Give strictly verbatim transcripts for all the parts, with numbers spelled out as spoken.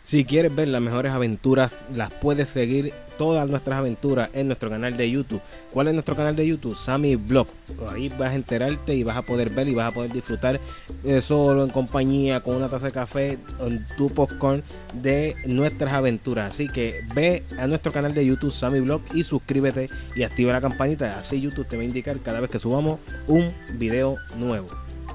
Si quieres ver las mejores aventuras, las puedes seguir todas nuestras aventuras en nuestro canal de YouTube. ¿Cuál es nuestro canal de YouTube? Sammy Vlog. Ahí vas a enterarte y vas a poder ver y vas a poder disfrutar eh, solo en compañía, con una taza de café, en tu popcorn, de nuestras aventuras. Así que ve a nuestro canal de YouTube Sammy Vlog y suscríbete y activa la campanita. Así YouTube te va a indicar cada vez que subamos un video nuevo.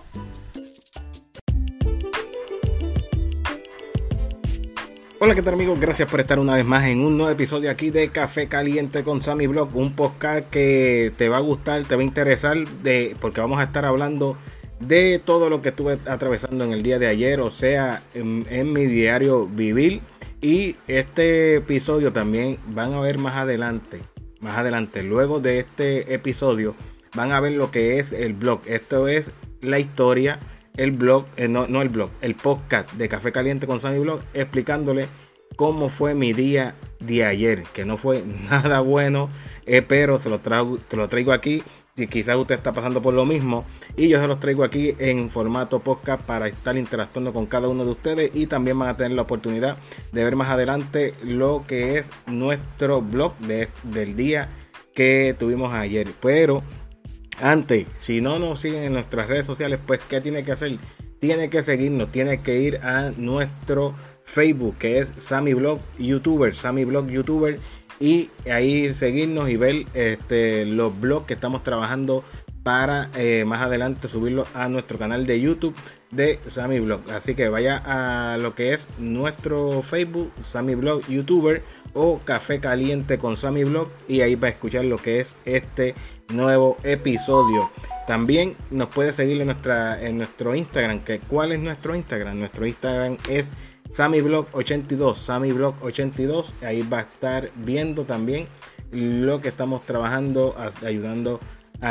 Hola, ¿qué tal, amigos? Gracias por estar una vez más en un nuevo episodio aquí de Café Caliente con Sammy Vlog, un podcast que te va a gustar, te va a interesar, de, porque vamos a estar hablando de todo lo que estuve atravesando en el día de ayer, o sea, en, en mi diario vivir. Y este episodio también van a ver más adelante, más adelante, luego de este episodio, van a ver lo que es el blog. Esto es la historia. El blog, eh, no, no el blog, el podcast de Café Caliente con Sammy Vlog, explicándole cómo fue mi día de ayer, que no fue nada bueno, eh, pero se lo traigo, te lo traigo aquí, y quizás usted está pasando por lo mismo, y yo se los traigo aquí en formato podcast para estar interactuando con cada uno de ustedes, y también van a tener la oportunidad de ver más adelante lo que es nuestro blog de, del día que tuvimos ayer. Pero antes, si no nos siguen en nuestras redes sociales, pues ¿qué tiene que hacer? Tiene que seguirnos, tiene que ir a nuestro Facebook, que es Sammy Vlog YouTuber, Sammy Vlog YouTuber, y ahí seguirnos y ver este, los blogs que estamos trabajando para eh, más adelante subirlo a nuestro canal de YouTube de Sammy Vlog. Así que vaya a lo que es nuestro Facebook, Sammy Vlog YouTuber, o Café Caliente con Sammy Vlog, y ahí va a escuchar lo que es este nuevo episodio. También nos puede seguir en, nuestra, en nuestro Instagram. Que, ¿cuál es nuestro Instagram? Nuestro Instagram es Sammy Vlog ochenta y dos, Sammy Vlog ochenta y dos. Ahí va a estar viendo también lo que estamos trabajando, ayudando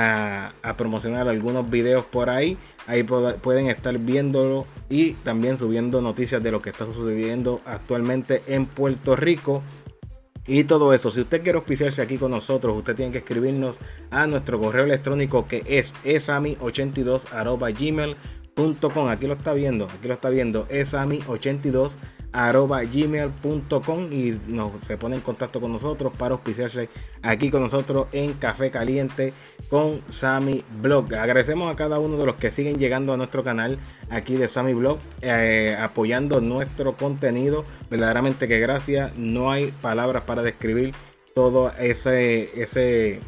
a, a promocionar algunos videos por ahí. Ahí pueden estar viéndolo y también subiendo noticias de lo que está sucediendo actualmente en Puerto Rico y todo eso. Si usted quiere auspiciarse aquí con nosotros, usted tiene que escribirnos a nuestro correo electrónico, que es esami ochenta y dos arroba gmail punto com. Aquí lo está viendo, aquí lo está viendo, esami ochenta y dos arroba gmail punto com, y nos, se pone en contacto con nosotros para auspiciarse aquí con nosotros en Café Caliente con Sammy Vlog. Agradecemos a cada uno de los que siguen llegando a nuestro canal aquí de Sammy Vlog, eh, apoyando nuestro contenido. Verdaderamente que gracias, no hay palabras para describir todo ese, ese,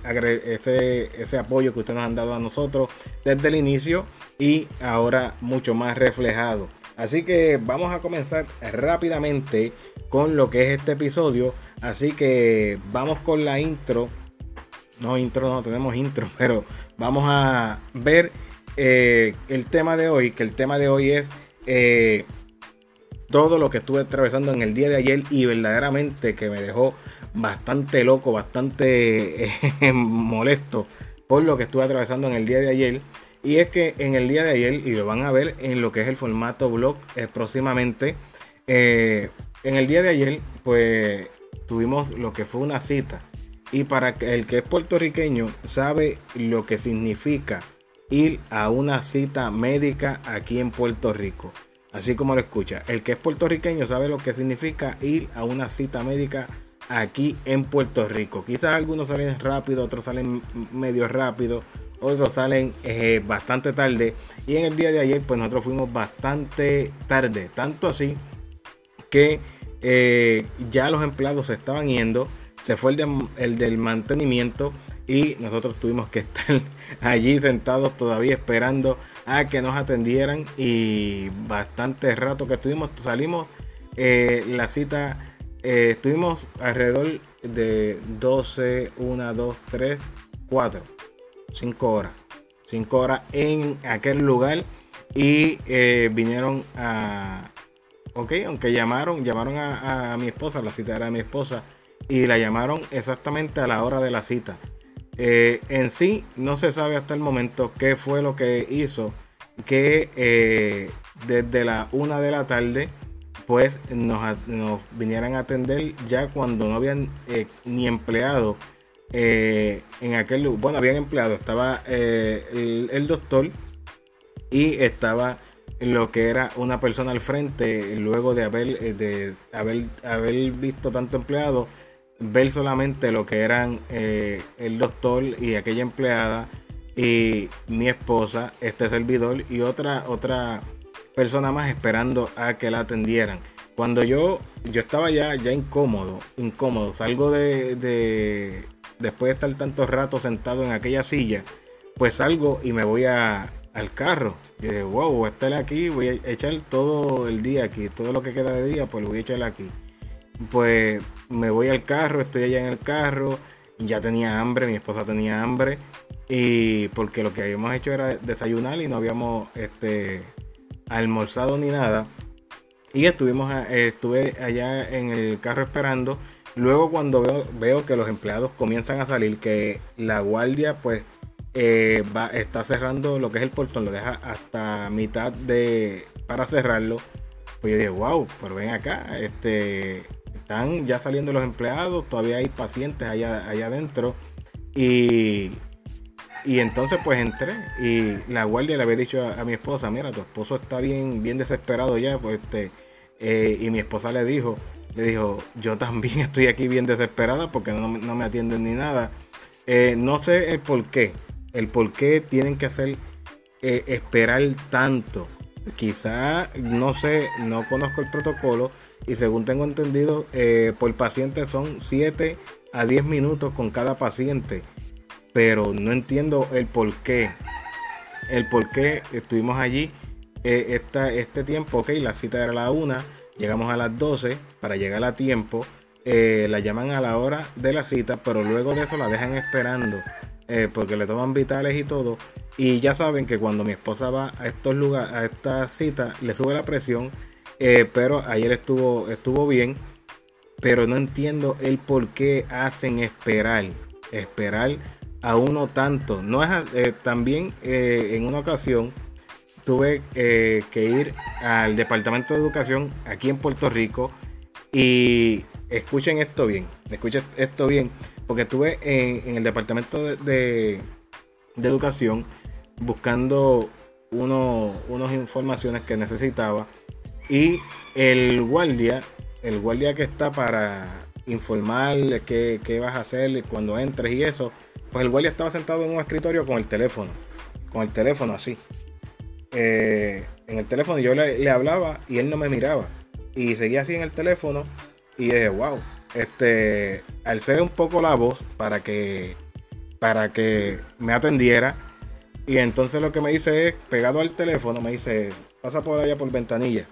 ese, ese apoyo que ustedes nos han dado a nosotros desde el inicio, y ahora mucho más reflejado. Así que vamos a comenzar rápidamente con lo que es este episodio. Así que vamos con la intro. No, intro no tenemos intro, pero vamos a ver eh, el tema de hoy. Que el tema de hoy es eh, todo lo que estuve atravesando en el día de ayer, y verdaderamente que me dejó bastante loco, bastante eh, molesto por lo que estuve atravesando en el día de ayer. Y es que en el día de ayer, y lo van a ver en lo que es el formato blog eh, próximamente, eh, en el día de ayer pues tuvimos lo que fue una cita. Y para el que es puertorriqueño sabe lo que significa ir a una cita médica aquí en Puerto Rico. Así como lo escucha, el que es puertorriqueño sabe lo que significa ir a una cita médica aquí en Puerto Rico. Quizás algunos salen rápido, otros salen medio rápido, otros salen eh, bastante tarde, y en el día de ayer pues nosotros fuimos bastante tarde, tanto así que eh, ya los empleados se estaban yendo, se fue el, de, el del mantenimiento, y nosotros tuvimos que estar allí sentados todavía esperando a que nos atendieran, y bastante rato que estuvimos, salimos eh, la cita, eh, estuvimos alrededor de doce, una, dos, tres, cuatro cinco horas, cinco horas en aquel lugar, y eh, vinieron a, ok, aunque llamaron, llamaron a, a mi esposa, la cita era de mi esposa, y la llamaron exactamente a la hora de la cita. Eh, en sí, no se sabe hasta el momento qué fue lo que hizo que eh, desde la una de la tarde, pues nos, nos vinieran a atender ya cuando no habían eh, ni empleado. Eh, en aquel bueno, habían empleado, estaba eh, el, el doctor, y estaba lo que era una persona al frente, luego de haber, eh, de haber, haber visto tanto empleado, ver solamente lo que eran eh, el doctor y aquella empleada y mi esposa, este servidor y otra, otra persona más esperando a que la atendieran. Cuando yo, yo estaba ya, ya incómodo, incómodo, salgo de, de, después de estar tanto rato sentado en aquella silla, pues salgo y me voy a, al carro. Y dije, wow, voy a estar aquí, voy a echar todo el día aquí, todo lo que queda de día, pues lo voy a echar aquí. Pues me voy al carro, estoy allá en el carro, ya tenía hambre, mi esposa tenía hambre, y porque lo que habíamos hecho era desayunar y no habíamos este, almorzado ni nada. Y estuvimos eh, estuve allá en el carro esperando. Luego cuando veo, veo que los empleados comienzan a salir, que la guardia pues eh, va, está cerrando lo que es el portón, lo deja hasta mitad de para cerrarlo. Pues yo dije, wow, pero ven acá, este, están ya saliendo los empleados, todavía hay pacientes allá, allá adentro. Y, y entonces pues entré y la guardia le había dicho a, a mi esposa, mira, tu esposo está bien, bien desesperado ya, pues este, eh, y mi esposa le dijo, le dijo, yo también estoy aquí bien desesperada porque no, no me atienden ni nada. Eh, no sé el por qué, el por qué tienen que hacer eh, esperar tanto. Quizá, no sé, no conozco el protocolo y según tengo entendido, eh, por paciente son siete a diez minutos con cada paciente, pero no entiendo el por qué, el por qué estuvimos allí eh, esta, este tiempo. Ok, la cita era a la una, llegamos a las doce para llegar a tiempo, eh, la llaman a la hora de la cita, pero luego de eso la dejan esperando eh, porque le toman vitales y todo. Y ya saben que cuando mi esposa va a estos lugares, a esta cita, le sube la presión, eh, pero ayer estuvo, estuvo bien, pero no entiendo el por qué hacen esperar, esperar a uno tanto. No es eh, también eh, en una ocasión tuve eh, que ir al departamento de educación aquí en Puerto Rico y escuchen esto bien, escuchen esto bien, porque estuve en, en el departamento de, de, de educación buscando uno, unas informaciones que necesitaba y el guardia, el guardia que está para informarle qué, qué vas a hacer cuando entres y eso, pues el guardia estaba sentado en un escritorio con el teléfono, con el teléfono así. Eh, en el teléfono yo le, le hablaba y él no me miraba y seguía así en el teléfono y dije, wow, este, alcé un poco la voz para que, para que me atendiera. Y entonces lo que me dice es, pegado al teléfono, me dice, pasa por allá por ventanilla.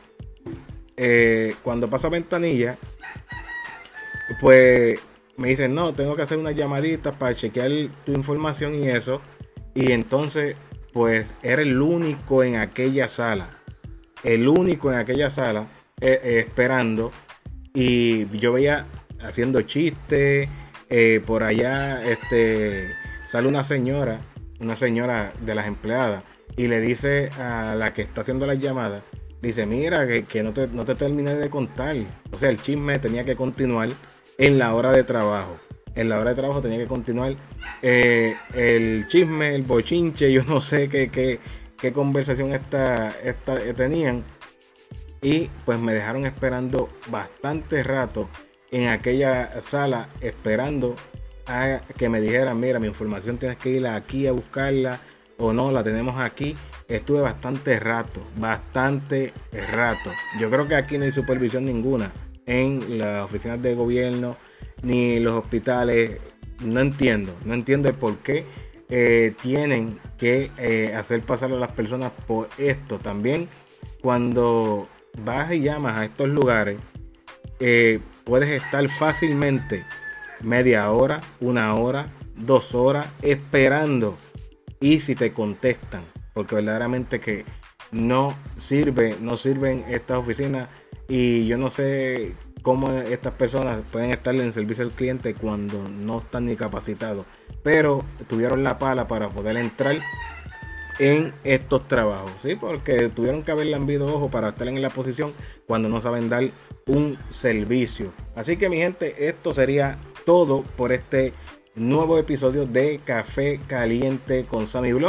Eh, cuando pasa ventanilla, pues me dicen, no, tengo que hacer unas llamaditas para chequear tu información y eso. Y entonces, pues era el único en aquella sala. El único en aquella sala eh, eh, esperando. Y yo veía haciendo chistes. Eh, por allá este, sale una señora. Una señora de las empleadas y le dice a la que está haciendo las llamadas, dice, mira que, que no, te, no te terminé de contar. O sea, el chisme tenía que continuar en la hora de trabajo. En la hora de trabajo tenía que continuar eh, el chisme, el bochinche, yo no sé qué, qué, qué conversación esta, esta, eh, tenían. Y pues me dejaron esperando bastante rato en aquella sala, esperando a que me dijeran, mira, mi información tienes que ir aquí a buscarla o no, la tenemos aquí. Estuve bastante rato, bastante rato. Yo creo que aquí no hay supervisión ninguna en las oficinas de gobierno ni los hospitales. No entiendo, no entiendo el por qué eh, tienen que eh, hacer pasar a las personas por esto. También cuando vas y llamas a estos lugares, eh, puedes estar fácilmente media hora, una hora, dos horas esperando y si te contestan, porque verdaderamente que no sirve, no sirven estas oficinas y yo no sé cómo estas personas pueden estar en servicio al cliente cuando no están ni capacitados, pero tuvieron la pala para poder entrar en estos trabajos, ¿sí? Porque tuvieron que haber lambido ojo para estar en la posición cuando no saben dar un servicio. Así que mi gente, esto sería todo por este nuevo episodio de Café Caliente con Sammy Blog.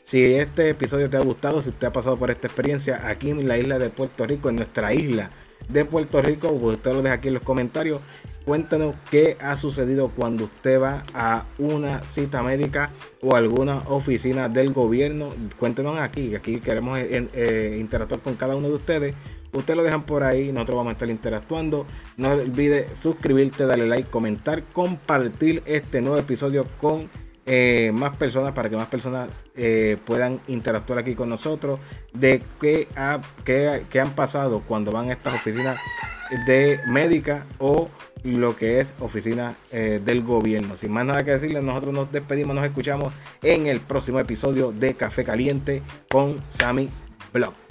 Si este episodio te ha gustado, si usted ha pasado por esta experiencia aquí en la isla de Puerto Rico, en nuestra isla de Puerto Rico, pues usted lo deja aquí en los comentarios. Cuéntanos qué ha sucedido cuando usted va a una cita médica o alguna oficina del gobierno. Cuéntenos aquí, aquí queremos eh, eh, interactuar con cada uno de ustedes. Ustedes lo dejan por ahí, nosotros vamos a estar interactuando. No olvides suscribirte, darle like, comentar, compartir este nuevo episodio con eh, más personas, para que más personas eh, puedan interactuar aquí con nosotros de qué, ha, qué, qué han pasado cuando van a estas oficinas de médica o lo que es oficina eh, del gobierno. Sin más nada que decirles, nosotros nos despedimos, nos escuchamos en el próximo episodio de Café Caliente con Sammy Blog.